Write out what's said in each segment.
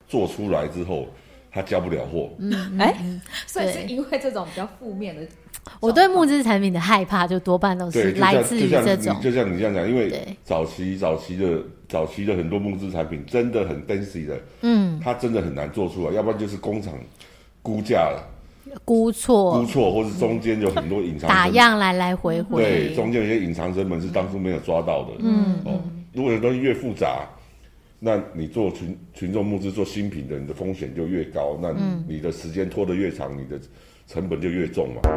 做出来之后，他交不了货。 所以是因为这种比较负面的。 我对募资产品的害怕就多半都是来自于这种， 就像你这样讲，因为早期的很多募资产品真的很 fancy 的，它真的很难做出来，要不然就是工厂估价了。估错，或是中间有很多隐藏打样来回， 对，中间有些隐藏成本是当初没有抓到的。如果有东西越复杂，那你做群众募资做新品的，你的风险就越高，那你的时间拖得越长，你的成本就越重嘛。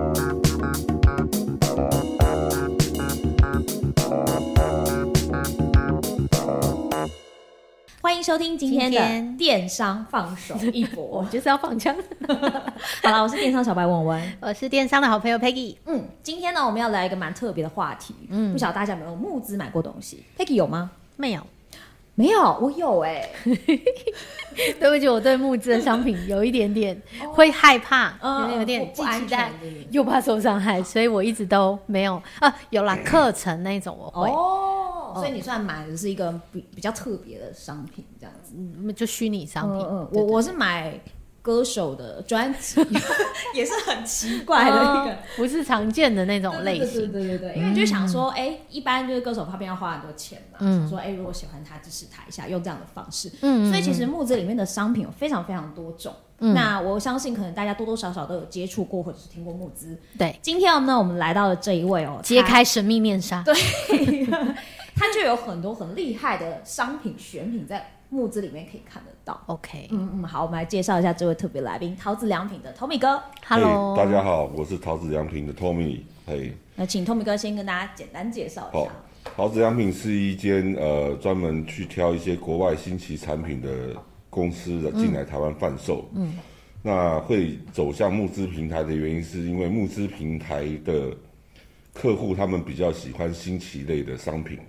欢迎收听今天的电商放手一搏， 我就是要放枪。 好了，我是电商小白文文， 我是电商的好朋友 Peggy。 今天呢，我们要来一个蛮特别的话题。不晓得大家有没有募资买过东西 ？Peggy 有吗？ 没有， 没有，我有对不起，我对募资的商品有一点点会害怕，有点既期待又怕受伤害，所以我一直都没有有啦，课程那种我会。 所以你算买的是一个比较特别的商品，这样子， 就虚拟商品。 我是买歌手的专辑，也是很奇怪的一个， 不是常见的那种类型。 对，因为就想说，一般就是歌手旁边要花很多钱嘛，想说，如果喜欢他，支持他一下，用这样的方式。所以其实募资里面的商品有非常非常多种。那我相信可能大家多多少少都有接触过或者是听过募资。 对， 今天呢，我们来到了这一位揭开神秘面纱。 对。它就有很多很厉害的商品选品在募资里面可以看得到。 OK， 好，我们来介绍一下这位特别来宾，桃子良品的 Tommy 哥。 Hello， 大家好，我是桃子良品的 Tommy。 那请 Tommy 哥先跟大家简单介绍一下。 桃子良品是一间专门去挑一些国外新奇产品的公司进来台湾贩售。那会走向募资平台的原因，是因为募资平台的客户他们比较喜欢新奇类的商品，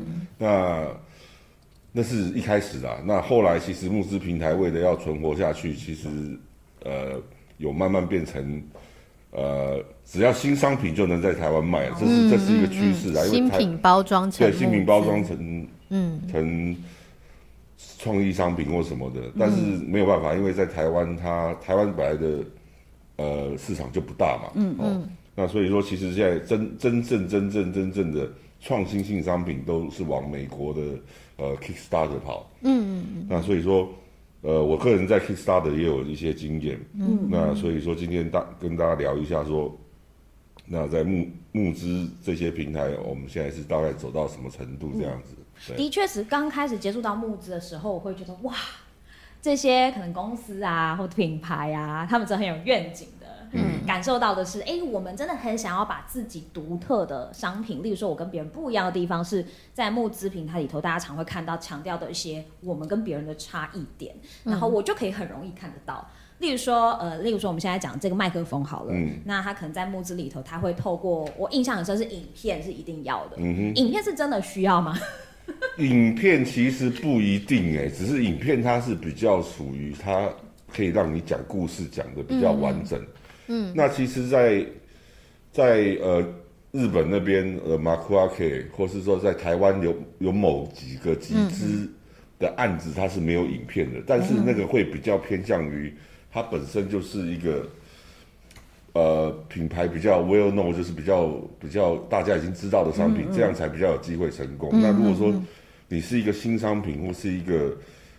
那是一开始啦。那后来其实募资平台为了要存活下去，其实有慢慢变成只要新商品就能在台湾卖，这是一个趋势啦。 新品包装成对，新品包装成创意商品或什么的，但是没有办法，因为在台湾台湾本来的市场就不大嘛，那所以说，其实现在真正的创新性商品都是往美国的Kickstarter 跑。那所以说，我个人在 Kickstarter 也有一些经验。那所以说，今天跟大家聊一下说，那在募资这些平台，我们现在是大概走到什么程度这样子？ 的确是刚开始接触到募资的时候，我会觉得哇，这些可能公司啊或品牌啊，他们真的很有愿景的。感受到的是，我们真的很想要把自己独特的商品，例如说我跟别人不一样的地方，是在募资平台里头，大家常会看到强调的一些我们跟别人的差异点，然后我就可以很容易看得到。例如说我们现在讲这个麦克风好了，那他可能在募资里头，他会透过我印象很深是影片是一定要的，影片是真的需要吗？ 影片其实不一定只是影片它是比较属于它可以让你讲故事讲的比较完整。那其实在日本那边马库阿 K 或是说在台湾有某几支的案子它是没有影片的，但是那个会比较偏向于它本身就是一个品牌比较 well known， 就是比较大家已经知道的商品，这样才比较有机会成功。那如果说你是一个新商品或是一个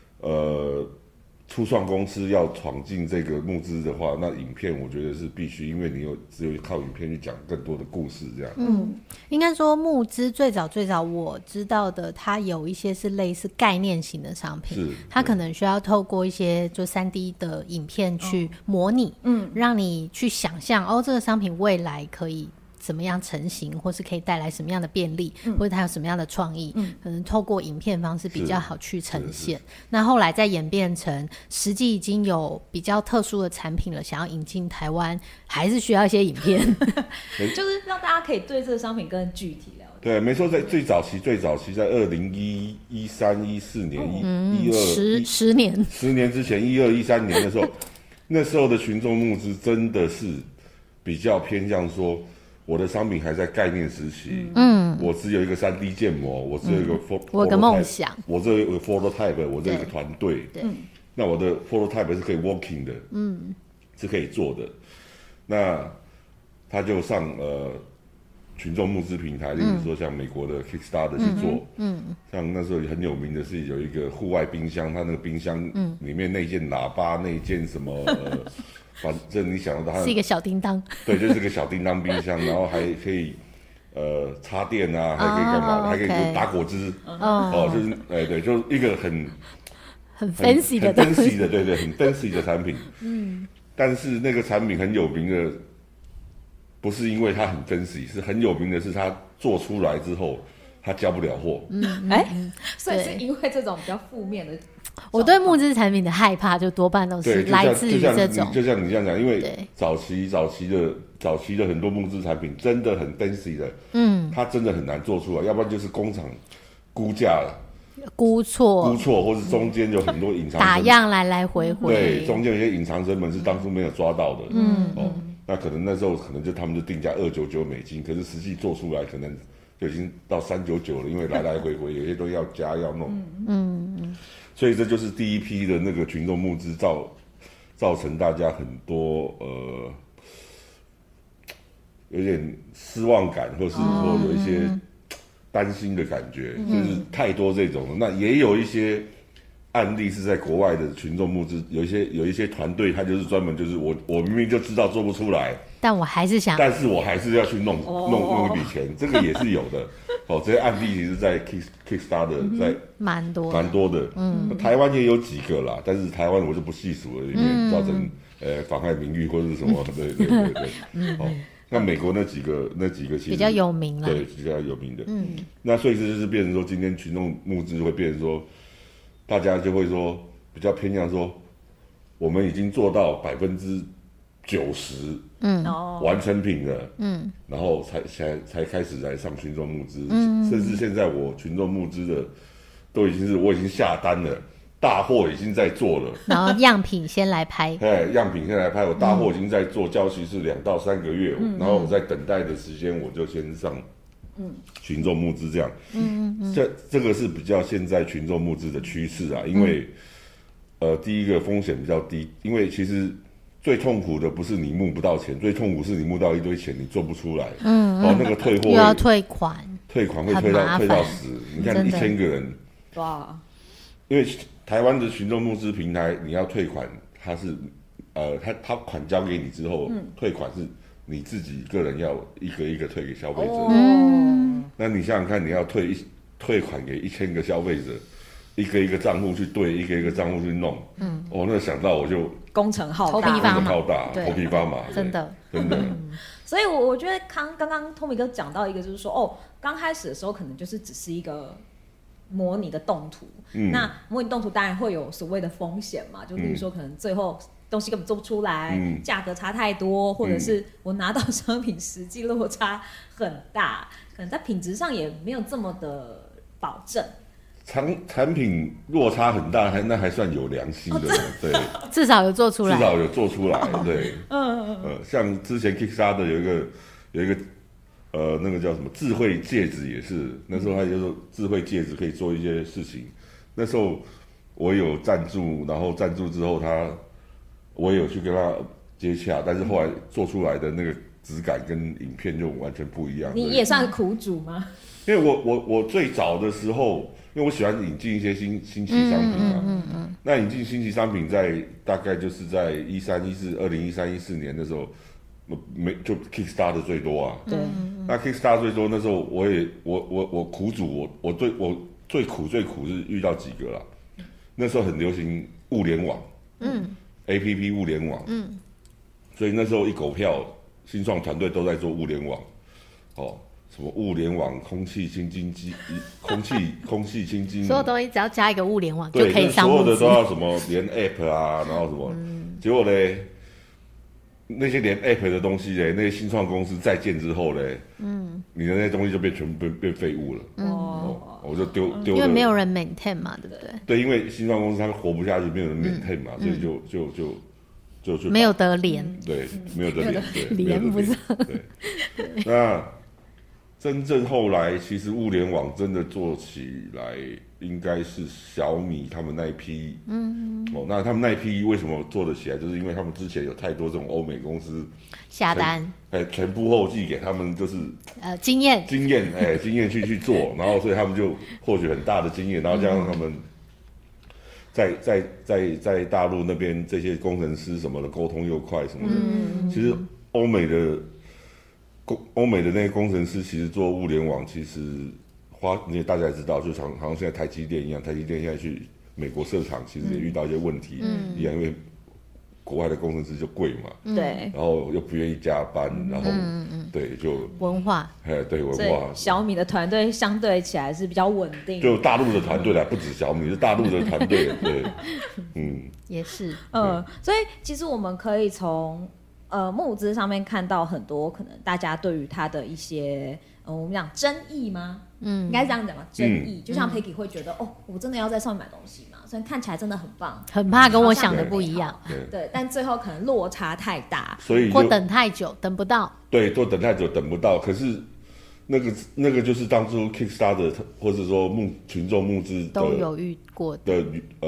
初创公司要闯进这个募资的话，那影片我觉得是必须，因为你只有靠影片去讲更多的故事这样。 应该说募资最早我知道的，它有一些是类似概念型的商品，它可能需要透过一些就 3D 的影片去模拟，让你去想象这个商品未来可以怎么样成型，或是可以带来什么样的便利，或者它有什么样的创意，可能透过影片方式比较好去呈现。那后来再演变成实际已经有比较特殊的产品了，想要引进台湾还是需要一些影片就是让大家可以对这个商品更具体了解。 对，没错，在最早期在2013、14年、 10年 10年之前12、13年的时候那时候的群众募资真的是比较偏向说我的商品还在概念时期，我只有一个 3D 建模，我只有一个我有个梦想， 我只有一个 prototype， 我只有一个团队， 那我的 prototype 是可以 working 的，是可以做的。那他就上群众募资平台，例如说像美国的 Kickstarter 去做，像那时候很有名的是有一个户外冰箱，它那个冰箱里面那件喇叭，那件什么，反正你想到它是一个小叮当， 对，就是个小叮当冰箱，然后还可以插电啊，还可以干嘛？还可以打果汁，就是对，就是一个很 fancy 的东西， fancy 的，对，很 fancy 的产品，但是那个产品很有名的。不是因为它很fancy，是很有名的是它做出来之后，它交不了货。 所以是因为这种比较负面的。 我对募资产品的害怕，就多半都是来自于这种。 就像你这样讲，因为早期的很多募资产品真的很fancy的，它真的很难做出来，要不然就是工厂估价了。估错，或是中间有很多隐藏打样来回， 对，中间有些隐藏成本是当初没有抓到的，那可能那时候就他们就定价$299，可是实际做出来可能就已经到$399了，因为来回有些都要加要弄，所以这就是第一批的那个群众募资造成大家很多有点失望感，或是说有一些担心的感觉，就是太多这种的。那也有一些案例是在国外的群众募资，有一些团队，他就是专门就是我明明就知道做不出来，但我还是要去弄一笔钱，这个也是有的。这些案例其实在 Kickstarter 在蛮多的，台湾也有几个啦，但是台湾我就不细数了，里面造成妨害名誉或者是什么，对。那美国那几个其实比较有名了，对，比较有名的。那所以这就是变成说，今天群众募资会变成说，大家就会说比较偏向说，我们已经做到90%，完成品了，然后才开始来上群众募资，甚至现在我群众募资的都已经是我已经下单了。大货已经在做了，然后样品先来拍，我大货已经在做，交期是2到3个月，然后我在等待的时间，我就先上群众募资这样，这个是比较现在群众募资的趋势啊，因为第一个风险比较低，因为其实最痛苦的不是你募不到钱，最痛苦是你募到一堆钱你做不出来，那个退货又要退款会退到死，你看1000个人，哇，因为台湾的群众募资平台，你要退款，它是他款交给你之后，退款是你自己个人要一个一个退给消费者。那你想想看，你要退款给1000个消费者，一个一个账户去对，一个一个账户去弄，那想到我就工程浩大，头皮发麻，真的。 所以我觉得刚刚 Tommy 哥讲到一个，就是说刚开始的时候可能就是只是一个模拟的动图，那模拟动图当然会有所谓的风险嘛，就比如说可能最后东西根本做不出来，价格差太多，或者是我拿到商品实际落差很大，可能在品质上也没有这么的保证。产品落差很大，那还算有良心的，对，至少有做出来，对，像之前 Kickstarter 有一个。那个叫什么智慧戒指也是，那时候他就说智慧戒指可以做一些事情。那时候我有赞助，然后赞助之后我也有去跟他接洽，但是后来做出来的那个质感跟影片就完全不一样。你也算苦主吗？因为我最早的时候，因为我喜欢引进一些新奇商品嘛，那引进新奇商品在大概就是在2013-14年的时候。就 Kickstarter 最多啊，对，那 Kickstarter 最多，那时候我苦主，我最苦是遇到几个啦。那时候很流行物联网，APP 物联网，所以那时候一狗票新创团队都在做物联网，什么物联网、空气清净机、空气清净，所有东西只要加一个物联网就可以上募资，所有的都要什么连 App 啊，然后什么，结果嘞。那些连 App 的东西嘞，那些新创公司再建之后嘞，你的那些东西就全部变废物了。我就丢，因为没有人 maintain 嘛，对不对？对，因为新创公司它活不下去，没有人 maintain 嘛，所以就没有得连，对，没有得连，连不上。对，那真正后来其实物联网真的做起来应该是小米他们那一批，那他们那一批为什么做得起来，就是因为他们之前有太多这种欧美公司下单， 前仆后继给他们就是经验去做，然后所以他们就获取很大的经验，然后加上他们在大陆那边这些工程师什么的沟通又快什么的，其实欧美的那些工程师其实做物联网其实因为大家也知道，就好像现在台积电一样，台积电现在去美国设厂，其实也遇到一些问题，一样，因为国外的工程师就贵嘛， 对， 然后又不愿意加班，然后对就文化， 对文化， 小米的团队相对起来是比较稳定， 就大陆的团队啦，不止小米，是大陆的团队，对， 也是， 所以其实我们可以从募资上面看到很多可能大家对于它的一些我们讲争议吗？应该这样讲吧，争议。就像 Peggy 会觉得，我真的要在上面买东西嘛，所以看起来真的很棒， 很怕跟我想的不一样。 对，但最后可能落差太大， 所以或等太久，等不到。 对，都等太久，等不到。可是那个就是当初 Kickstarter 或者说群众募资都有遇过的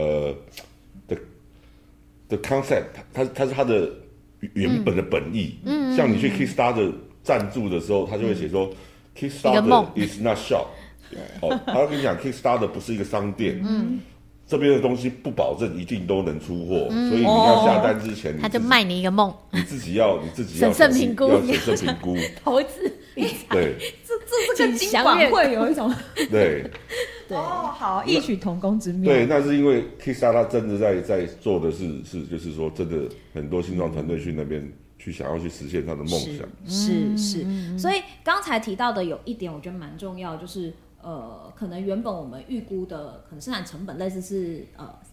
concept， 它是它的原本的本意。像你去 Kickstarter 赞助的时候，他就会写说。Kickstarter is not shop， 他要跟你讲 Kickstarter 不是一个商店，这边的东西不保证一定都能出货，所以你要下单之前， 他就卖你一个梦， 你自己要审慎评估， 投资理财， 对， 这跟金管会有一种对好异曲同工之妙。 对，那是因为 Kickstarter 真的在做的是就是说真的很多新创团队去那边。去想要去实现他的梦想， 是，所以刚才提到的有一点，我觉得蛮重要，就是可能原本我们预估的可能生产成本类似是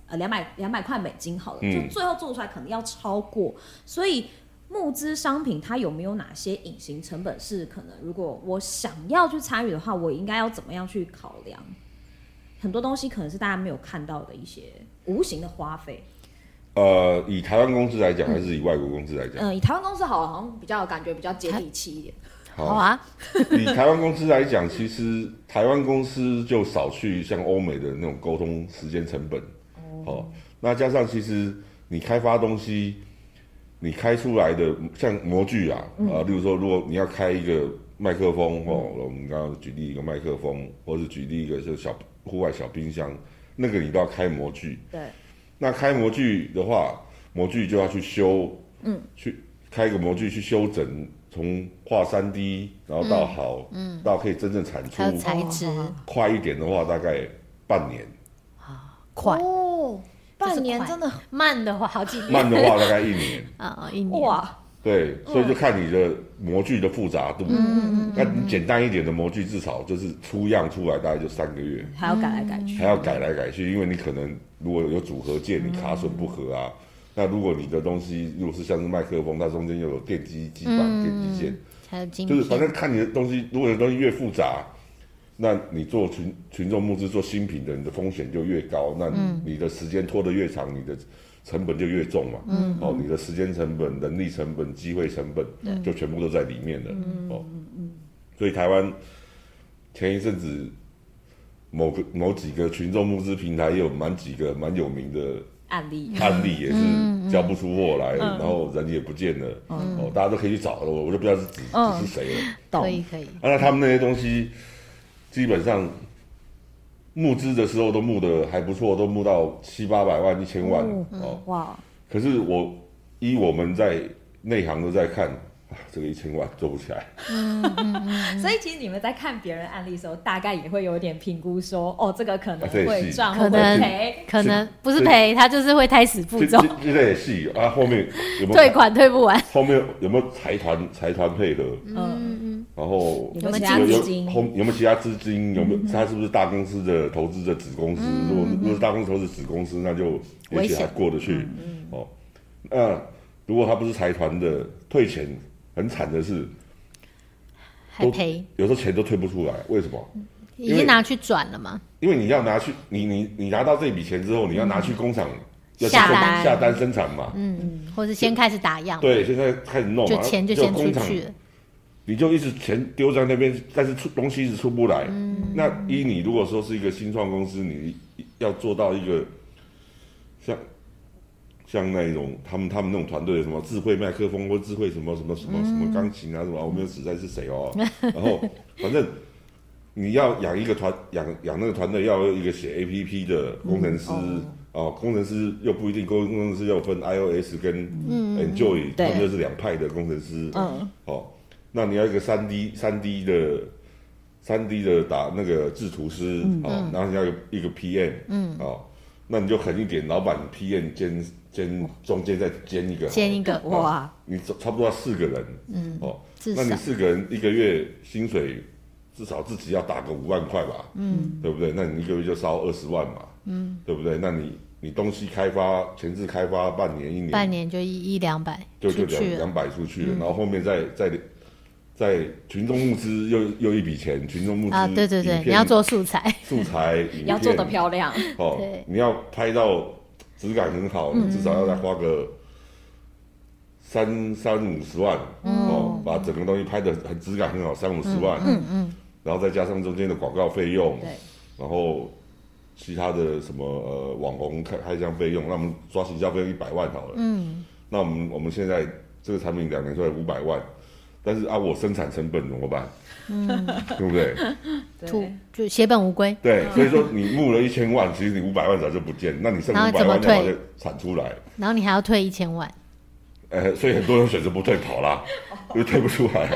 200块美金好了，就最后做出来可能要超过，所以募资商品它有没有哪些隐形成本是可能如果我想要去参与的话，我应该要怎么样去考量？很多东西可能是大家没有看到的一些无形的花费。 以台湾公司来讲，还是以外国公司来讲？ 以台湾公司好像比较感觉比较接地气一点。 好啊。 以台湾公司来讲，其实台湾公司就少去像欧美的那种沟通时间成本。那加上其实你开发东西，你开出来的像模具啊，例如说，如果你要开一个麦克风我们刚刚举例一个麦克风，或是举例一个就是户外小冰箱，那个你都要开模具。对。那开模具的话，模具就要去修，去开一个模具去修整，从画3D， 然后到好，到可以真正产出。 还有材质， 快一点的话大概半年。 快半年真的， 慢的话好几年。 慢的话大概1年。 1年。 哇。 对，所以就看你的模具的复杂度。那你简单一点的模具，至少就是出样出来大概就3个月， 还要改来改去， 因为你可能如果有组合件，你卡榫不合啊。那如果你的东西如果是像是麦克风，它中间又有电机基板、电机件， 还有晶片， 就是反正看你的东西，如果你的东西越复杂，那你做群众募资做新品的，你的风险就越高，那你的时间拖得越长，你的成本就越重嘛。你的时间成本、人力成本、机会成本，就全部都在里面了。所以台湾前一阵子某几个群众募资平台也有几个蛮有名的案例也是交不出货来，然后人也不见了。大家都可以去找了，我就不知道是谁了。 可以。 那他们那些东西基本上募资的时候都募得还不错，都募到700-800万、1000万。哇！可是我们在内行都在看。这个1000万做不起来。 所以其实你们在看别人案例的时候，大概也会有点评估说，这个可能会赚，会赔， 可能不是赔，他就是会胎死腹中。 这也是后面有没有退款退不完？ 后面有没有财团配合？然后有没有其他资金？ 有没有其他资金？有没有他是不是大公司的投资的子公司？如果是大公司投资子公司，那就也许还过得去。那如果他不是财团的，退钱。很惨的是， 还赔， 有时候钱都退不出来，为什么？ 已经拿去转了嘛？ 因为你要拿去，你拿到这笔钱之后，你要拿去工厂下单生产嘛， 或是先开始打样， 对，现在开始弄嘛， 就钱就先出去了。 你就一直钱丢在那边，但是东西一直出不来。那你如果说是一个新创公司，你要做到一个像那种他们那种团队的什么智慧麦克风或智慧什么钢琴啊什么，我没有指在是谁哦。然后反正你要养一个养那个团队，要有一个写 APP 的工程师。工程师又不一定，工程师又分 iOS 跟 Android，他们就是2派的工程师。那你要一个3D 的打那个制图师，然后你要一个 PM，那你就狠一点，老板 PM 兼中间再兼一个， 哇， 你差不多要4个人，那你4个人1个月薪水至少自己要打个5万块吧，对不对？那你1个月就烧20万嘛。对不对？那你东西开发前置开发半年1年， 半年就100-200，就 200出去了，然后后面在群众募资又一笔钱，群众募资对，你要做素材， 要做得漂亮你要拍到质感很好，你至少要再花个30-50万把整个东西拍得质感很好，30-50万，然后再加上中间的广告费用，然后其他的什么网红开箱费用，那我们抓行销费用100万好了。那我们现在这个产品2年出来500万，但是我生产成本怎么办？对不对？ 就血本无归。 对，所以说你募了1000万，其实你500万早就不见，那你剩500万要把它产出来， 然后你还要退1000万。 所以很多人选择不退跑啦，因为退不出来。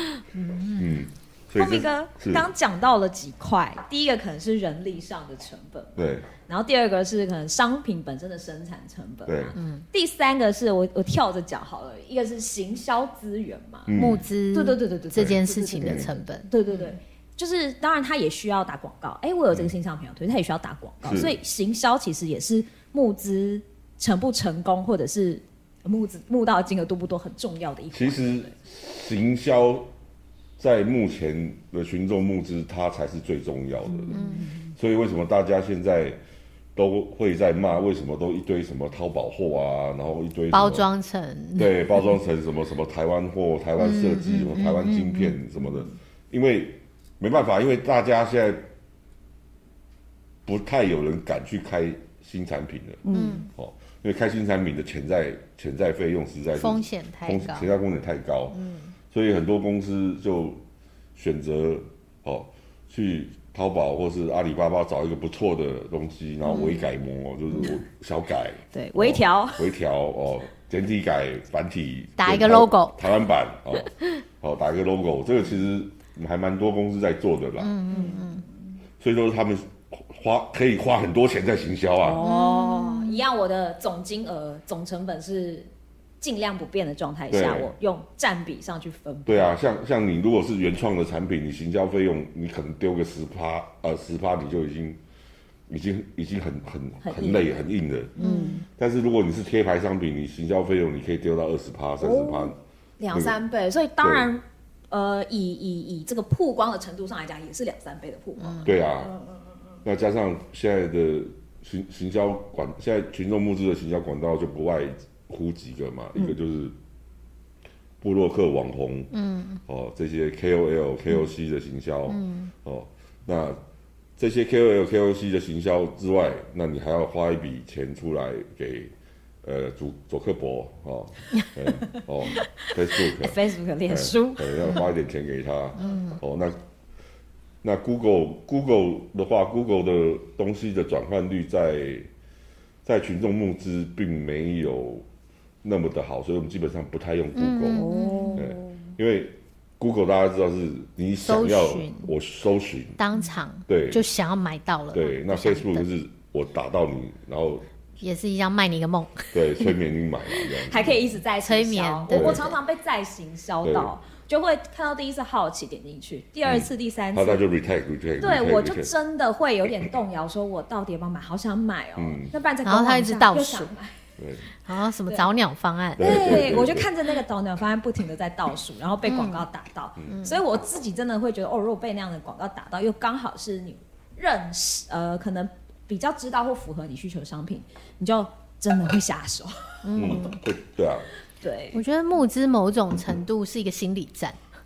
phong闢哥刚讲到了几块，第一个可能是人力上的成本， 对， 然后第二个是可能商品本身的生产成本， 对， 第三个是我跳着讲好了，一个是行销资源嘛， 募资， 对， 这件事情的成本， 对，就是当然他也需要打广告，我有这个新商品要推，他也需要打广告，所以行销其实也是募资成不成功，或者是募到的金额多不多很重要的一环。 其实行销在目前的群众募资，它才是最重要的。所以为什么大家现在都会在骂，为什么都一堆什么淘宝货啊，然后一堆包装成什么台湾货、台湾设计、什么台湾晶片什么的，因为没办法，因为大家现在不太有人敢去开新产品了。因为开新产品的潜在费用实在是风险太高， 潜在风险太高。所以很多公司就选择去淘宝或是阿里巴巴找一个不错的东西，然后微改模，就是小改， 对，微调简体改繁体， 打一个 logo， 台湾版打一个 logo， 这个其实还蛮多公司在做的啦。所以说他们可以花很多钱在行销啊。 一样，我的总金额总成本是尽量不变的状态下，我用占比上去分配。 对啊，像你如果是原创的产品，你行销费用你可能丢个10%，你就已经很累很硬了。但是如果你是贴牌商品，你行销费用你可以丢到20%、30%， 2-3倍。所以当然，以这个曝光的程度上来讲，也是2-3倍的曝光。 对啊，那加上现在的行销现在群众募资的行销管道就不外乎几个嘛，一个就是部落客网红，这些 KOL、KOC 的行销，那这些 KOL、KOC 的行销之外，那你还要花一笔钱出来给佐克伯 Facebook 脸书， 要花一点钱给他，那 Google 的话 ，Google 的东西的转换率在群众募资并没有那么的好，所以我们基本上不太用 Google，因为 Google 大家知道是你想要我搜寻当场对就想要买到了， 对，那 Facebook 就是我打到你，然后也是一样卖你一个梦， 对，催眠你买嘛，这样还可以一直在催眠， 我常常被再行销到。就会看到第一次好奇点进去，第二次、第三次， 他就 retake， 对，我就真的会有点动摇，说我到底要不要买？好想买哦，那不然再然后他一直倒数， 对， 然后什么早鸟方案， 对，我就看着那个早鸟方案不停的在倒数，然后被广告打到，所以我自己真的会觉得，如果被那样的广告打到，又刚好是你认识，可能比较知道或符合你需求的商品，你就真的会下手。 对啊。 对， 我觉得募资某种程度是一个心理战。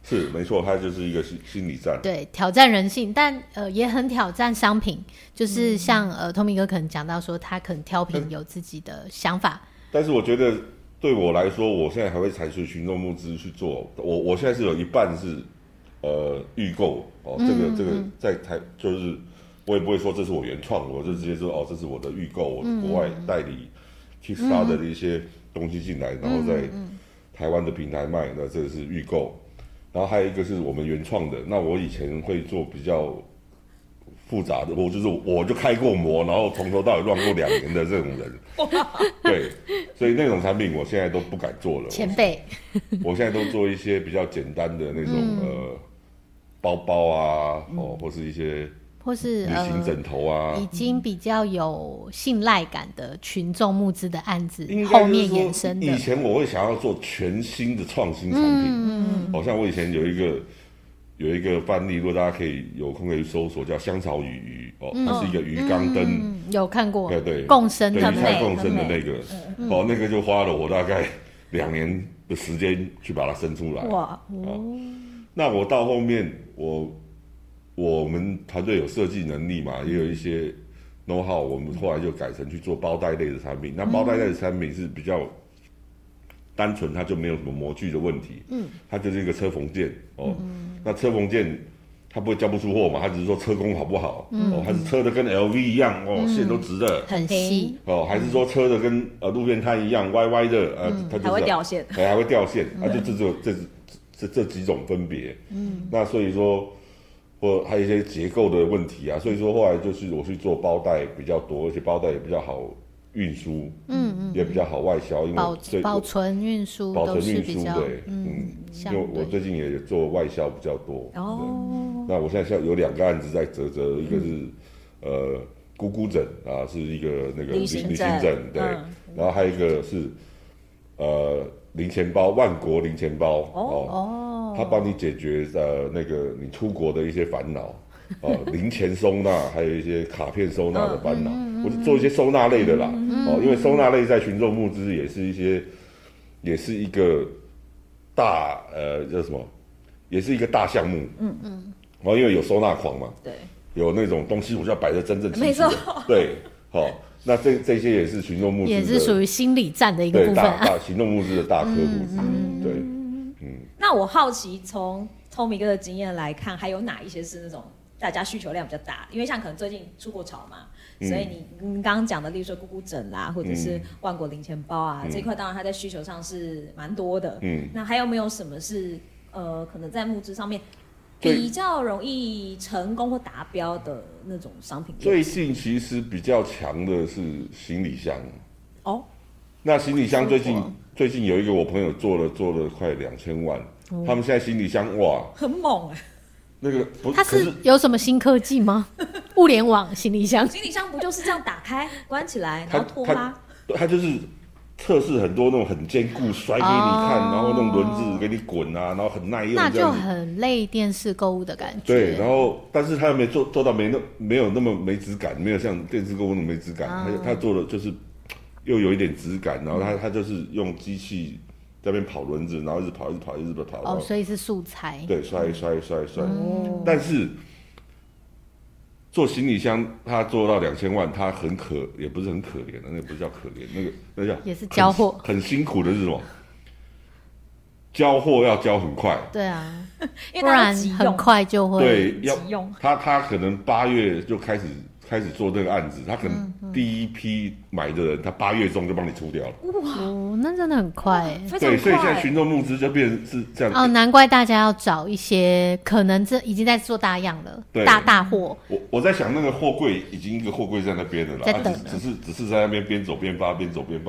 是没错，它就是一个心理战， 对，挑战人性，但也很挑战商品，就是像Tommy 哥可能讲到说，他可能挑品有自己的想法， 但是我觉得对我来说，我现在还会采取群众募资去做，我现在是有一半是预购哦，这个在台就是我也不会说这是我原创，我就直接说哦，这是我的预购，我国外代理 Kickstarter 的一些东西进来，然后在台湾的平台卖，那这个是预购。然后还有一个是我们原创的，那我以前会做比较复杂的，我就开过模，然后从头到尾乱过2年的这种人，对，所以那种产品我现在都不敢做了。 前辈， 我现在都做一些比较简单的那种包包啊，或是一些或是旅行枕头啊， 已经比较有信赖感的群众募资的案子， 后面衍生的。 以前我会想要做全新的创新产品，好像我以前有一个范例，如果大家可以有空可以搜索，叫香草鱼哦，它是一个鱼缸灯， 有看过， 对， 共生的鱼菜共生的那个，那个就花了我大概2年的时间去把它生出来。哇，那我到后面我们团队有设计能力嘛，也有一些 know how， 我们后来就改成去做包袋类的产品。那包袋类的产品是比较单纯，它就没有什么模具的问题，它就是一个车缝件哦。那车缝件它不会交不出货嘛，它只是说车工好不好，还是车的跟 LV 一样线都直的， 很细还是说车的跟路边摊一样歪歪的，它就是还会掉线， 还会掉线，就只有这几种分别。那所以说。或还有一些结构的问题啊，所以说后来就是我去做包袋比较多，而且包袋也比较好运输，也比较好外销，因为保存运输都是比较对，因为我最近也做外销比较多。哦，那我现在有2个案子在嘖，一个是姑姑枕啊，是一个那个旅行枕，对，然后还有一个是零钱包，万国零钱包它帮你解决那个你出国的一些烦恼，零钱收纳，还有一些卡片收纳的烦恼，我就做一些收纳类的啦，因为收纳类在群众募资也是一个大叫什么，也是一个大项目，因为有收纳狂嘛，对，有那种东西我就要摆得真正齐齐的，对，那这些也是群众募资， 也是属于心理战的一个部分， 大群众募资的大客户之一，对， 那我好奇，从 Tommy 哥的经验来看，还有哪一些是那种大家需求量比较大的？因为像可能最近出国潮嘛，所以你刚刚讲的，例如说姑姑枕啦，或者是万国零钱包啊，这一块当然它在需求上是蛮多的。那还有没有什么是可能在募资上面比较容易成功或达标的那种商品？ 最近其实比较强的是行李箱。那行李箱最近有一个我朋友做了快2000万，他们现在行李箱哇很猛那个它是有什么新科技吗？物联网行李箱不就是这样打开关起来然后拖拉？ 它就是测试很多那种很坚固，甩给你看，然后那种轮子给你滚啊，然后很耐用， 那就很类电视购物的感觉。 对，然后但是他没做到没有那么没质感，没有像电视购物那么没质感。他做的就是又有一点质感，然后他就是用机器在那边跑轮子，然后一直跑。 所以是素材。 对，摔。但是做行李箱，他做到2000万，他也不是很可怜的，那个不叫可怜，那叫也是交货很辛苦的是什么？交货要交很快。 对啊，不然很快就会对要他可能8月就开始做这个案子，他可能第一批买的人，他8月中就帮你出掉了。 哇，那真的很快。 对，所以现在群众募资就变成是这样。 难怪大家要找一些可能这已经在做大样了，大货。 我在想那个货柜已经一个货柜在那边了啦，只是在那边边走边发而已。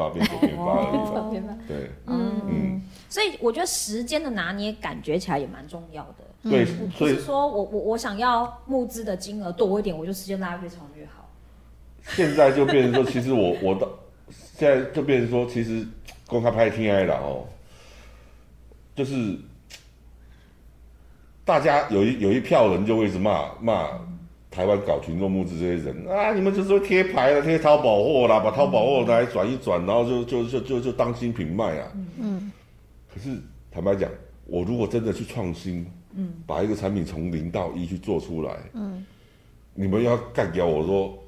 对， 所以我觉得时间的拿捏感觉起来也蛮重要的。 对， 不是说我想要募资的金额多一点，我就时间拉越长越好。 现在就变成说，其实现在就变成说，其实公开拍天 I 了就是大家有一票人就会一直骂台湾搞群众募资这些人啊，你们就是会贴牌了，贴淘宝货啦，把淘宝货来转一转，然后就当新品卖啊。可是坦白讲， 我如果真的去创新，把一个产品从0到1去做出来，你们要干掉我说，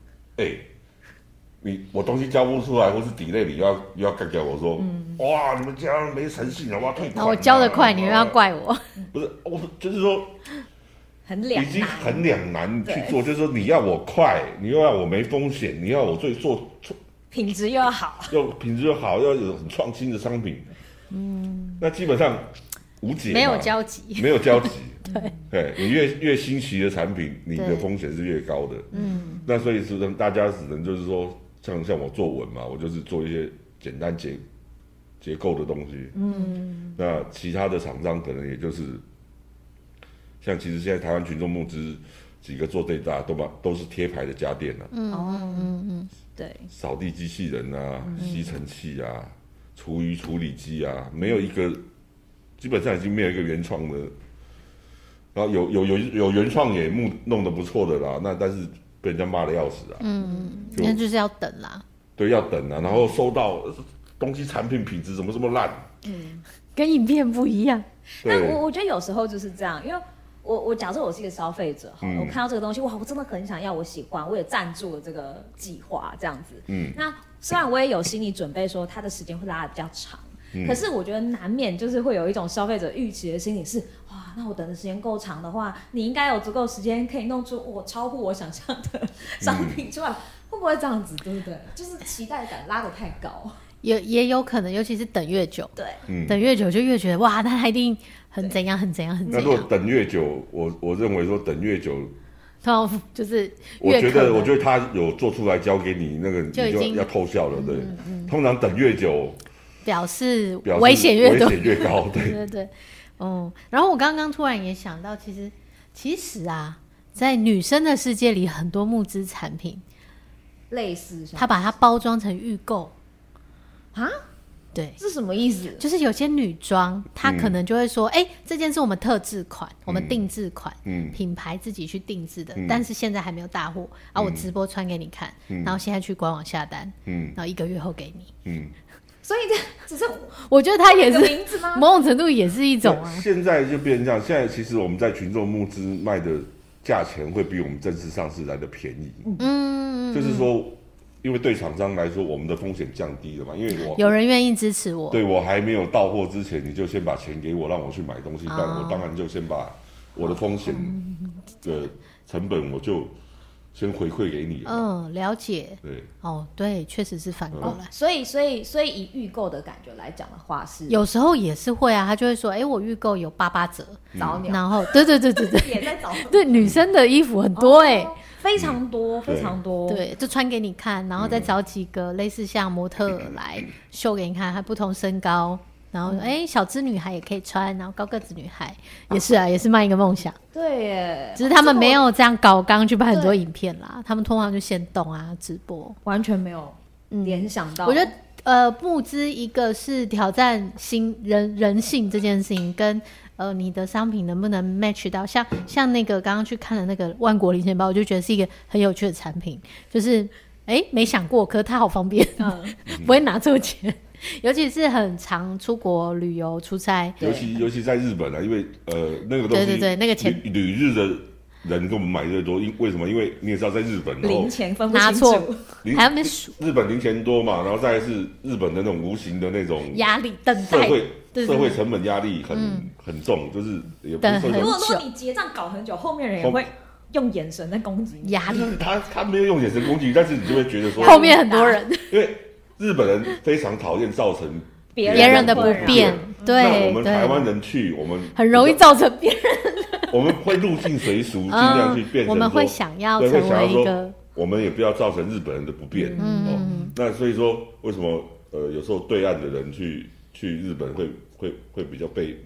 我东西交不出来，或是delay，你要干掉我说，哇，你们家没诚信啊，我要退款。 我交得快，你又要怪我？ 不是，我就是说。 很两难， 已经很两难去做，就是说你要我快，你又要我没风险，你要我做品质又要好， 品质又好，要有很创新的商品，那基本上无解嘛， 没有交集， 没有交集，对，你越新奇的产品，你的风险是越高的，那所以是大家只能就是说，像我做文嘛，我就是做一些简单结构的东西，那其他的厂商可能也就是。像其实现在台湾群众募资几个做最大都是贴牌的家电啊， 对， 扫地机器人啊，吸尘器啊，厨余处理机啊，没有一个，基本上已经没有一个原创的，然后有原创也弄得不错的啦，那但是被人家骂得要死啊， 那就是要等啦， 对，要等啊，然后收到东西产品品质怎么这么烂， 跟影片不一样。 那我觉得有时候就是这样，因为。我假设我是一个消费者，我看到这个东西，哇，我真的很想要，我喜欢，我也赞助了这个计划，这样子。那虽然我也有心理准备，说它的时间会拉得比较长，可是我觉得难免就是会有一种消费者预期的心理是，哇，那我等的时间够长的话，你应该有足够时间可以弄出我超乎我想象的商品出来，会不会这样子？对不对？就是期待感拉得太高。 也有可能，尤其是等越久， 对， 等越久就越觉得哇，那他一定很怎样，很怎样，很怎样。 那如果等越久，我认为说等越久， 就是我觉得他有做出来交给你那个，你就要偷笑了，对。通常等越久， 表示危险越多， 危险越高，对对对。然后我刚刚突然也想到，其实啊，在女生的世界里，很多募资产品类似， 他把它包装成预购。 啊， 对， 是什么意思？ 就是有些女装，她可能就会说，这件是我们特制款，我们定制款，品牌自己去定制的，但是现在还没有大货，我直播穿给你看，然后现在去官网下单，然后1个月后给你， 所以这只是我觉得它也是名字吗？ 某种程度也是一种啊。 现在就变成这样，现在其实我们在群众募资卖的价钱会比我们正式上市来的便宜，就是说。因为对厂商来说，我们的风险降低了嘛，因为有人愿意支持我， 对我还没有到货之前，你就先把钱给我，让我去买东西，但我当然就先把我的风险的成本我就先回馈给你。 了解。 对， 对，确实是反过来。 所以以预购的感觉来讲的话，是有时候也是会啊，他就会说，我预购有88折， 早鸟， 然后对， 也在找， 对，女生的衣服很多非常多，非常多， 对，就穿给你看，然后再找几个类似像模特来秀给你看，还不同身高，然后小资女孩也可以穿，然后高个子女孩也是啊，也是卖一个梦想。 对耶， 只是他们没有这样搞刚去拍很多影片啦，他们通常就限动啊，直播， 完全没有联想到。 我觉得募资一个是挑战人性这件事情，跟你的商品能不能 match 到像那个刚刚去看的那个万国零钱包，我就觉得是一个很有趣的产品，就是没想过，可是它好方便，不会拿错钱，尤其是很常出国旅游出差， 尤其在日本啊，因为那个东西， 对，那个钱旅日的人跟我们买越多，为什么？因为你也知道，在日本零钱分不清楚， 还要没数， 日本零钱多嘛，然后再来是日本的那种无形的那种压力，等待社会成本压力很重，就是也不是如果你结账搞很久，后面人也会用眼神在攻击你， 压力。 他没有用眼神攻击，但是你就会觉得说后面很多人， 因为日本人非常讨厌造成别人的不便，对。 那我们台湾人去，我们很容易造成别人的， 我们会入境随俗，尽量去变成我们会想要成为一个， 我们也不要造成日本人的不便。那所以说，为什么有时候对岸的人去日本会比较被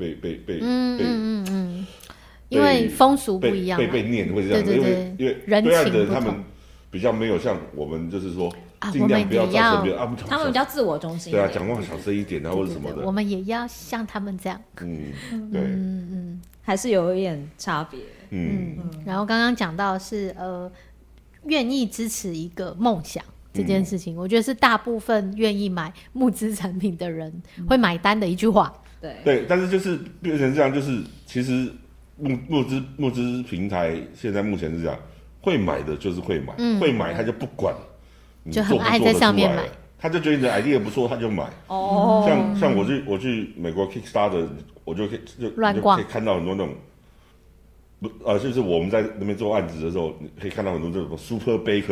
因为风俗不一样， 被念会这样，因为对岸的人他们比较没有像我们，就是说尽量不要造成别人他们比较自我中心， 对啊，讲话小声一点啊，或者什么的， 我们也要像他们这样， 对， 还是有一点差别， 然后刚刚讲到是愿意支持一个梦想。这件事情，我觉得是大部分愿意买募资产品的人会买单的一句话。 对，但是就是变成这样，就是其实募资平台现在目前是这样，会买的就是会买，会买他就不管你就做不做得很爱在上面出来买， 他就觉得你的 idea 不错，他就买。像我去美国 Kickstarter， 我就可以乱逛， 就可以看到很多那种。就是我们在那边做案子的时候，你可以看到很多这种 Super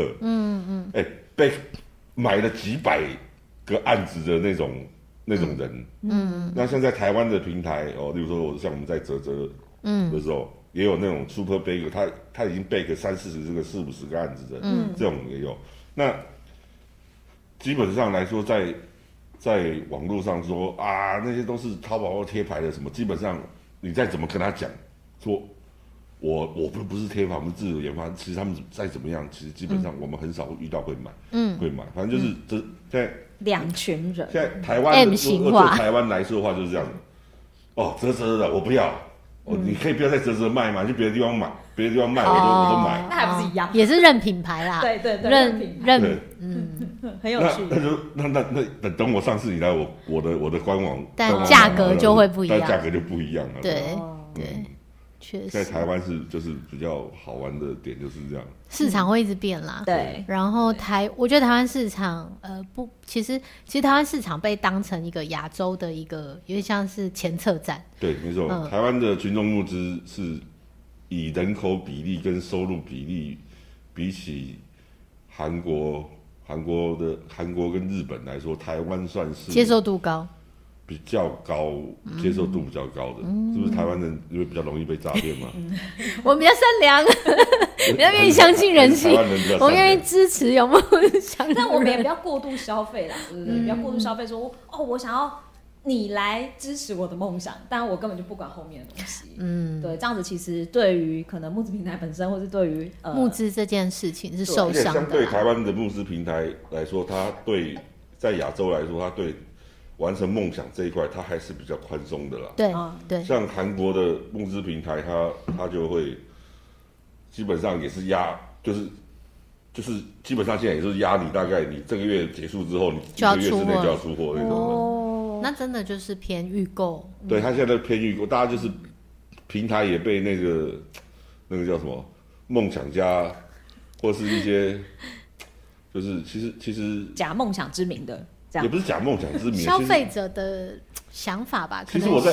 Baker，Bake 买了几百个案子的那种人，那像在台湾的平台例如说像我们在泽的时候，也有那种 Super Baker， 他已经 bake 30-40个、40-50个案子的，这种也有。那基本上来说，在网络上说啊，那些都是淘宝或贴牌的什么，基本上你再怎么跟他讲说。我不是贴牌，我们自主研发。其实他们再怎么样，其实基本上我们很少会遇到会买，会买。反正就是现在两群人。 现在台湾 ，M 型化。 对台湾来说的话就是这样的。泽的我不要，你可以不要在泽卖嘛，去别的地方买，别的地方卖我都买。 那还不是一样？ 也是认品牌啦。 对， 认很有趣。 那等我上次你来我的官网， 但价格就会不一样， 但价格就不一样了。 对。 在台湾就是比较好玩的点就是这样， 市场会一直变啦。 对， 然后我觉得台湾市场其实台湾市场被当成一个亚洲的一个有点像是前测站。 对，没错，台湾的群众募资是以人口比例跟收入比例比起韩国跟日本来说，台湾算是接受度高。 比较高，接受度比较高的，是不是台湾人因为比较容易被诈骗嘛？ 我们比较善良，比较愿意相信人性，我愿意支持有梦想。 但我们也不要过度消费啦，对不对？不要过度消费，说我想要你来支持我的梦想，但我根本就不管后面的东西。对，这样子其实对于可能募资平台本身，或是对于募资这件事情是受伤的。 相对台湾的募资平台来说，它对在亚洲来说，它对完成梦想这一块，它还是比较宽松的啦。 对， 像韩国的募资平台，它就会基本上也是压，就是基本上现在也是压你，大概你这个月结束之后，你一个月之内就要出货那种。 那真的就是偏预购。 对，它现在偏预购，大家就是平台也被那个叫什么梦想家，或是一些就是其实假梦想之名的。 也不是假梦想之名， 消费者的想法吧。 其实我在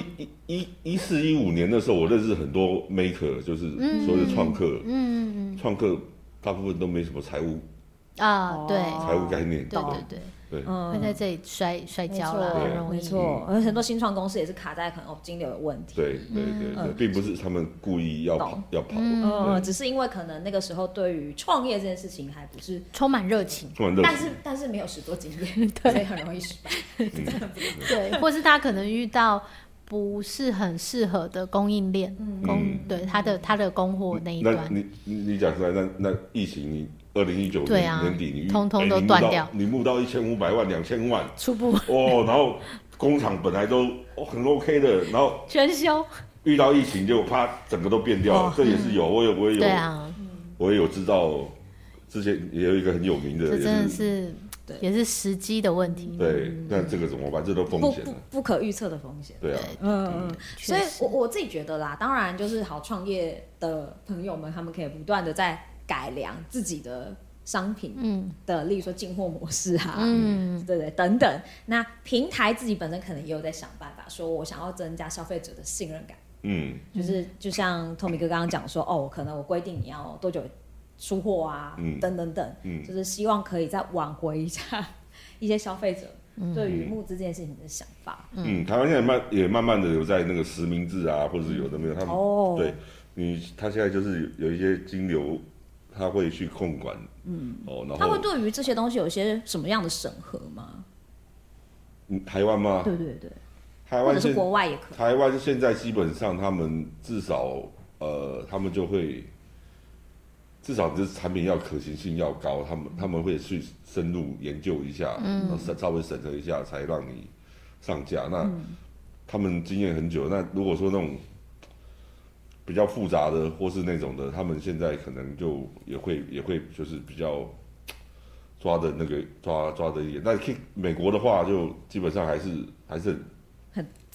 14-15年的时候，我认识很多 maker， 就是所谓的创客。创客大部分都没什么财务对， 财务概念。 对，会在这里摔跤啦，很容易。 没错，而很多新创公司也是卡在可能金流有问题。 对，并不是他们故意要跑， 只是因为可能那个时候对于创业这件事情还不是充满热情， 但是没有实作经验，所以很容易失败。 对，或是他可能遇到不是很适合的供应链，对他的供货那一端。 你讲出来，那疫情你。2019年底，你通通都断掉， 你募到1500万、2000万， 初步然后工厂本来都很 OK 的，然后全休， 遇到疫情就啪，整个都变掉了。这也是有，我也有， 对啊， 我也有知道，之前也有一个很有名的， 这真的是也是时机的问题。 对，那这个怎么办？这都风险， 不可预测的风险。 对啊， 所以我自己觉得啦，当然就是好创业的朋友们，他们可以不断的在改良自己的商品的，例如说进货模式啊，对等等。那平台自己本身可能也有在想办法，说我想要增加消费者的信任感。就像 Tommy 哥刚刚讲说，可能我规定你要多久出货啊，等等等，就是希望可以再挽回一下一些消费者对于募资这件事情的想法。 台湾现在也慢慢的有在那个实名制啊，或者是有的没有，他们对他现在就是有一些金流。他会去控管，然后他会对于这些东西有一些什么样的审核吗？ 台湾吗？ 对，台湾或者是国外也可以。 台湾现在基本上他们至少他们就会至少这产品要可行性要高，他们会去深入研究一下，然后稍微审核一下才让你上架。那他们经验很久，那如果说那种比较复杂的或是那种的，他们现在可能就也会就是比较抓的那个抓的一点。但美国的话，就基本上还是很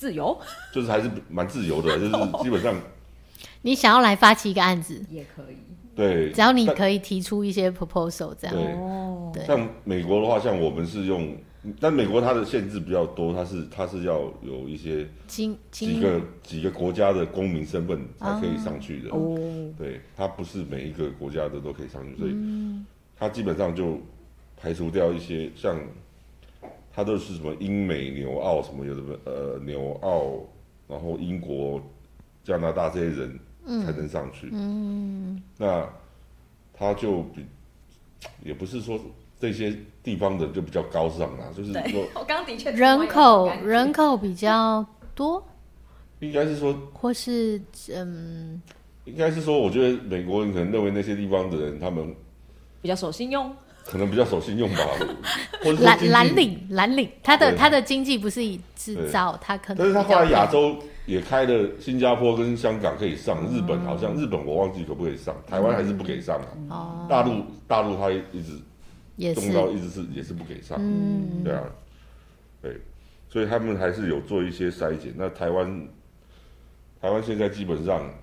自由， 就是还是蛮自由的，就是基本上你想要来发起一个案子也可以。 对， 只要你可以提出一些 proposal 这样。 对，像美国的话，像我们是用，但美国它的限制比较多，它是要有一些几个国家的公民身份才可以上去的。对，它不是每一个国家的都可以上去，所以它基本上就排除掉一些像。它都是什么英美纽澳什么有的纽澳，然后英国、加拿大这些人才能上去。那他就也不是说这些地方的就比较高尚啦，就是说我刚刚的确人口比较多， 应该是说， 或是应该是说，我觉得美国人可能认为那些地方的人他们比较守信用。 可能比较守信用吧，或者蓝领，他的经济不是以制造，他可能。 但是他后来亚洲也开了新加坡跟香港可以上，日本好像日本我忘记可不可以上，台湾还是不给上啊。大陆他一直中到也是不给上，对啊，对，所以他们还是有做一些筛检。那台湾现在基本上。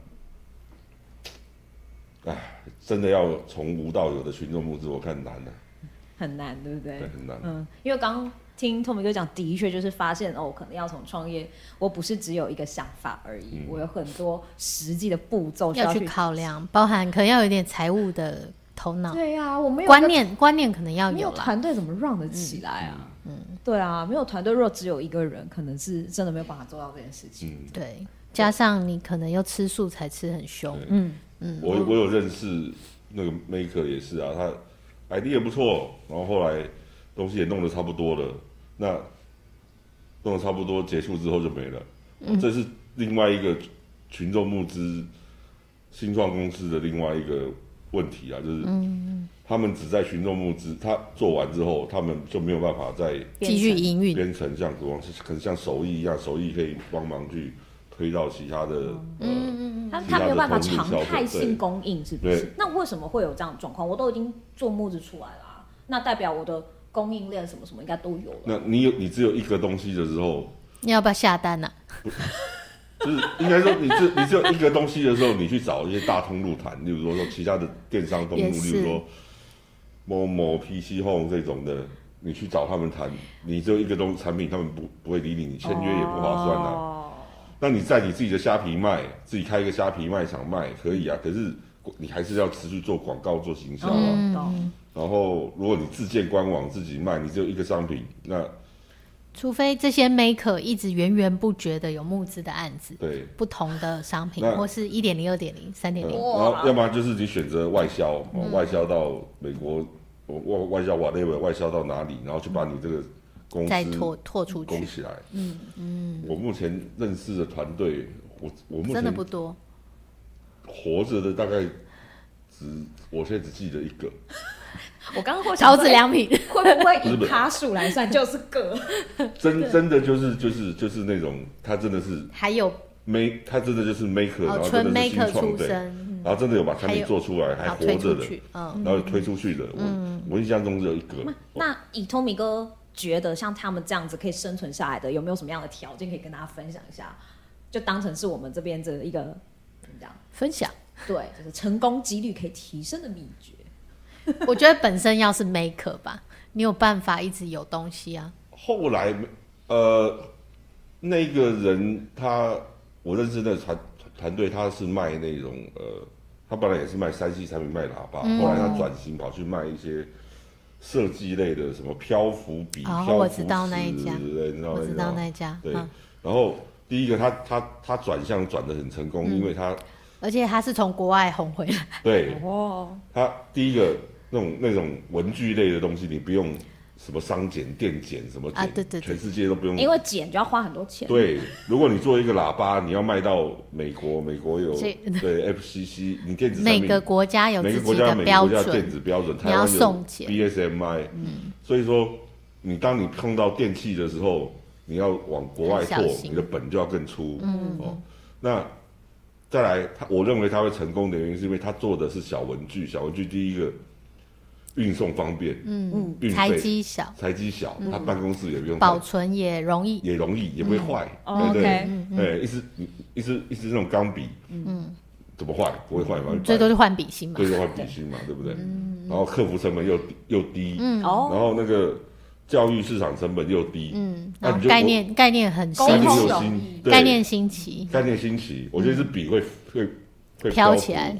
真的要从无到有的群众募资，我看难了， 很难，对不对？ 对，很难。 因为刚听 Tommy 哥讲，的确就是发现可能要从创业，我不是只有一个想法而已，我有很多实际的步骤要去考量，包含可能要有点财务的头脑。 对啊，我没有观念可能要有啦。 没有团队怎么 run 得起来啊？对啊，没有团队，如果只有一个人，可能是真的没有办法做到这件事情。 对，加上你可能又吃素才吃很凶。 我有认识那个 maker 也是啊，他 idea 也不错，然后后来东西也弄得差不多了，那弄得差不多结束之后就没了。这是另外一个群众募资新创公司的另外一个问题啊，就是他们只在群众募资，他做完之后，他们就没有办法再继续营运， 编成像可能像手艺一样，手艺可以帮忙去推到其他的他没有办法常态性供应，是不是？那为什么会有这样的状况？我都已经做募资出来了，那代表我的供应链什么什么应该都有了。 那你只有一个东西的时候， 你要不要下单啊？ 就是应该说你只有一个东西的时候，你去找一些大通路谈，例如说其他的电商通路，例如说某某 PC Home 这种的，你去找他们谈，你只有一个产品，他们不会理你，你签约也不划算啊。那你在你自己的虾皮卖，自己开一个虾皮卖场卖可以啊，可是你还是要持续做广告、做行销啊。然后如果你自建官网自己卖，你只有一个商品，那除非这些 maker 一直源源不绝的有募资的案子， 对不同的商品，或是 1.0、2.0、3.0， 然后要不然就是你选择外销，外销到美国，外销 whatever， 外销到哪里，然后去把你这个公司再拓出去， 拱起来。我目前认识的团队，我目前真的不多， 活着的大概我现在只记得一个。 我刚刚会桃子良品会不会以趴数来算就是个？ 真的就是那种，他真的是还有他真的就是 maker， 然后真的是新创的，然后真的有把产品做出来，还活着的，然后推出去的。我印象中只有一个。 那以 Tommy 哥觉得像他们这样子可以生存下来的，有没有什么样的条件可以跟大家分享一下？就当成是我们这边的一个怎么讲分享？ 对，就是成功几率可以提升的秘诀。 我觉得本身要是 maker 吧，你有办法一直有东西啊。 后来那个人我认识那个团队，他是卖那种他本来也是卖3C 产品，卖喇叭，后来他转型跑去卖一些设计类的，什么漂浮笔、漂浮我知道那一家，我知道那一家。 对，然后第一个他转向转得很成功，因为而且他是从国外红回来。 对，他第一个那种文具类的东西，你不用什么商检、电检什么检，对，全世界都不用， 因为检就要花很多钱。 对，如果你做一个喇叭，你要卖到美国有对 FCC， 你电子产品每个国家有自己的标准，电子标准，台湾有 BSMI，所以说当你碰到电器的时候，你要往国外拓，你的本就要更粗。那再来，我认为他会成功的原因是因为他做的是小文具。小文具第一个， 运送方便， 材积小， 他办公室也不用保存也容易， 也不会坏，对不对？一支那种钢笔，怎么坏？不会坏嘛？ 最多就换笔芯嘛， 对不对？然后客服成本又低，然后那个教育市场成本又低， 然后概念很新，概念新奇， 我觉得是笔会飘起来，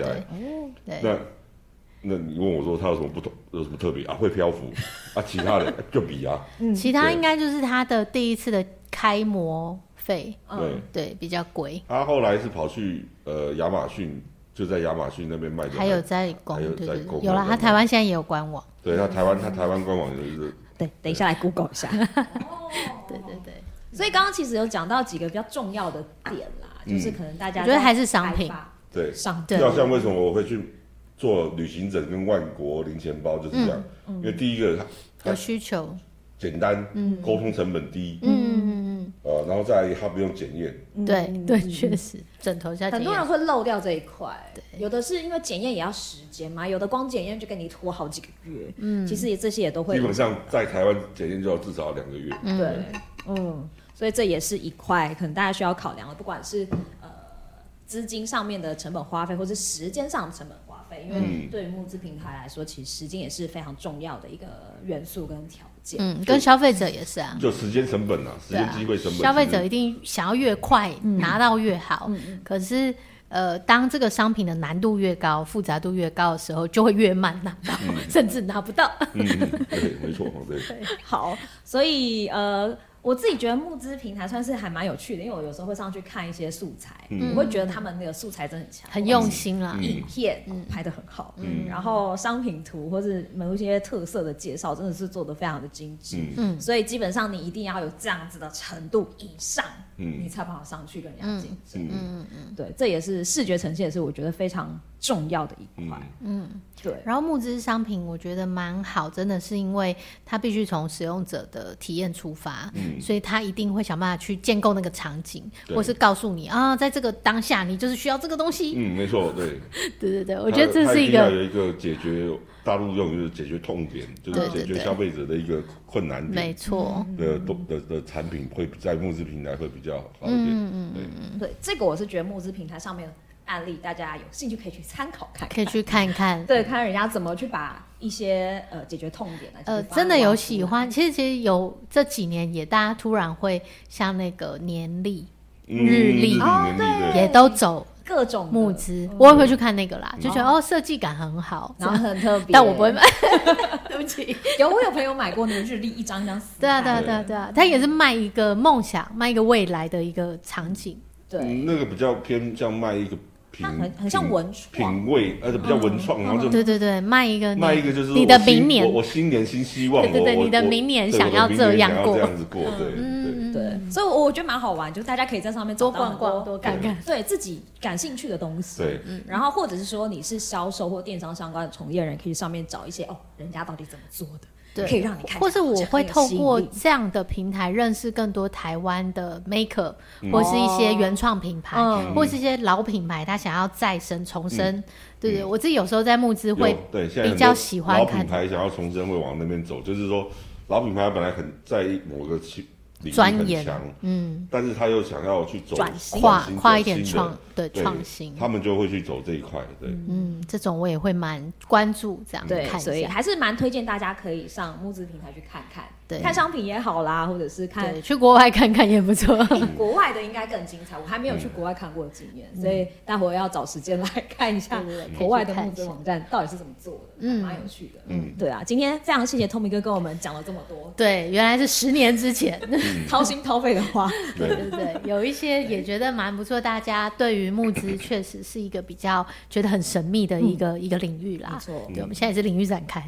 那你问我说它有什么不同，有什么特别啊？会漂浮啊，其他的就笔啊， 其他应该就是它的第一次的开模费，对，比较贵。 他后来是跑去亚马逊，就在亚马逊那边卖的， 还有在供，对，有啦，他台湾现在也有官网， 对，他台湾官网就是对，等一下来 Google 一下， 对。 所以刚刚其实有讲到几个比较重要的点啦，就是可能大家我觉得还是商品， 对，要像为什么我会去做旅行者跟万国零钱包就是这样，因为第一个有需求， 简单，沟通成本低，然后再来它不用检验， 对，确实，枕头下很多人会漏掉这一块，有的是因为检验也要时间嘛，有的光检验就跟你拖好几个月，其实这些也都会， 基本上在台湾检验就要至少2个月， 对，所以这也是一块可能大家需要考量的，不管是资金上面的成本花费，或是时间上的成本花费，因为对于募资平台来说，其实时间也是非常重要的一个元素跟条件。 跟消费者也是啊， 就时间成本啊，时间机会成本。 消费者一定想要越快拿到越好，可是当这个商品的难度越高、复杂度越高的时候，就会越慢拿到，甚至拿不到。 对，没错，对。 好，所以我自己觉得募资平台算是还蛮有趣的，因为我有时候会上去看一些素材，我会觉得他们那个素材真的很强， 很用心啦， 影片拍得很好，然后商品图或是某一些特色的介绍真的是做得非常的精致，所以基本上你一定要有这样子的程度以上，你才有办法上去跟人家竞争，对，这也是视觉呈现是我觉得非常重要的一块，对。 然后募资商品我觉得蛮好，真的是因为它必须从使用者的体验出发，所以他一定会想办法去建构那个场景，或是告诉你啊，在这个当下你就是需要这个东西。 没错，对， 对，我觉得这是一个要有一个解决大陆用就是解决痛点，就是解决消费者的一个困难点， 没错的产品会在募资平台会比较好一点。 对，这个我是觉得募资平台上面案例，大家有兴趣可以去参考看看， 可以去看一看， 对，看人家怎么去把一些解决痛点真的有喜欢。其实有这几年也大家突然会像那个年历、日历也都走各种募资，我也会去看那个啦，就觉得设计感很好， 然后很特别， 但我不会买。对不起， 我有朋友买过那个日历，一张一张撕开。对啊，他也是卖一个梦想，卖一个未来的一个场景。 对， 那个比较偏像卖一个很像文创品味，而且比较文创，然后就对，卖一个就是你的明年， 我新年新希望， 对，你的明年想要这样过， 对，所以我觉得蛮好玩，就大家可以在上面多逛逛、多看看， 对自己感兴趣的东西， 对， 然后或者是说你是销售或电商相关的从业人，可以上面找一些人家到底怎么做的。可以让你看， 或是我会透过这样的平台认识更多台湾的 maker，或是一些原创品牌，或是一些老品牌，他想要再生重生。对，我自己有时候在募资会比较喜欢看老品牌想要重生会往那边走，就是说老品牌本来很在某个钻研， 但是他又想要去走跨一点创新， 他们就会去走这一块，对， 这种我也会蛮关注这样看一下， 所以还是蛮推荐大家可以上募资平台去看看。看商品也好啦，或者是看去国外看看也不错。 国外的应该更精彩，我还没有去国外看过的经验，所以待会要找时间来看一下国外的募资网站到底是怎么做的，蛮有趣的。对啊，今天非常谢谢 Tommy 哥跟我们讲了这么多。 对，原来是10年之前掏心掏肺的话。 对，有一些也觉得蛮不错，大家对于募资确实是一个比较觉得很神秘的一个领域啦。没错，对，我们现在也是领域展开。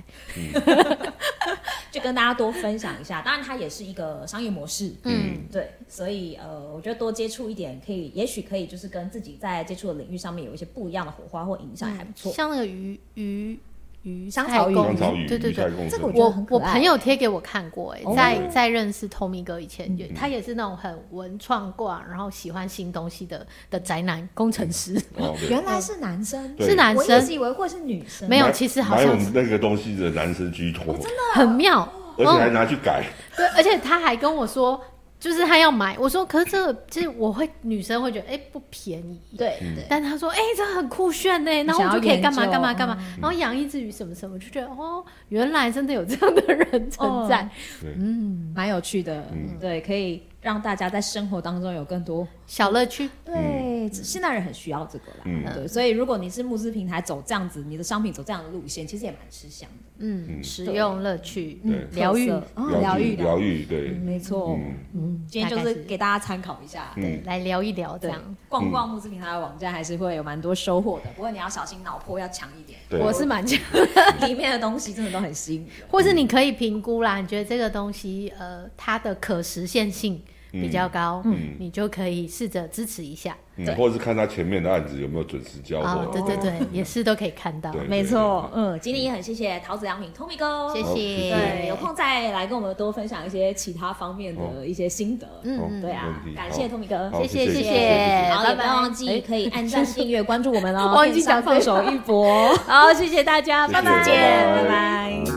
就跟大家多分享一下，当然它也是一个商业模式，对，所以我觉得多接触一点，也许可以就是跟自己在接触的领域上面有一些不一样的火花或影响，还不错。 像那个鱼香草鱼， 对， 这个我觉得很可爱。 我朋友贴给我看过，在认识 Tommy 哥以前，他也是那种很文创挂，然后喜欢新东西的宅男工程师。 原来是男生， 是男生， 我一直以为会是女生。 没有，其实好像买我们那个东西的男生居多， 真的很妙， 而且还拿去改。 对，而且他还跟我说。就是他要买，我说可是这个其实女生会觉得不便宜， 对， 但他说这很酷炫呢，然后我就可以干嘛，然后养一只鱼什么什么，就觉得原来真的有这样的人存在， 蛮有趣的，对，可以让大家在生活当中有更多小乐趣。 对，现代人很需要这个啦，对，所以如果你是募资平台走这样子，你的商品走这样的路线，其实也蛮吃香的， 实用乐趣， 疗愈， 对， 没错，今天就是给大家参考一下， 对，来聊一聊这样， 逛逛募资平台的网站还是会有蛮多收获的，不过你要小心脑波要强一点， 我是蛮强， 里面的东西真的都很吸引人， 或是你可以评估啦，你觉得这个东西它的可实现性比较高，你就可以试着支持一下， 或者是看他前面的案子有没有准时交货， 对，也是都可以看到， 没错，今天也很谢谢桃子良品 Tommy 哥， 谢谢， 对，有空再来跟我们多分享一些其他方面的一些心得，对啊，感谢 Tommy 哥， 谢谢， 好，也不要忘记可以按赞、订阅、关注我们哦， 忘记讲放手一搏， 好，谢谢大家， 拜拜，拜拜。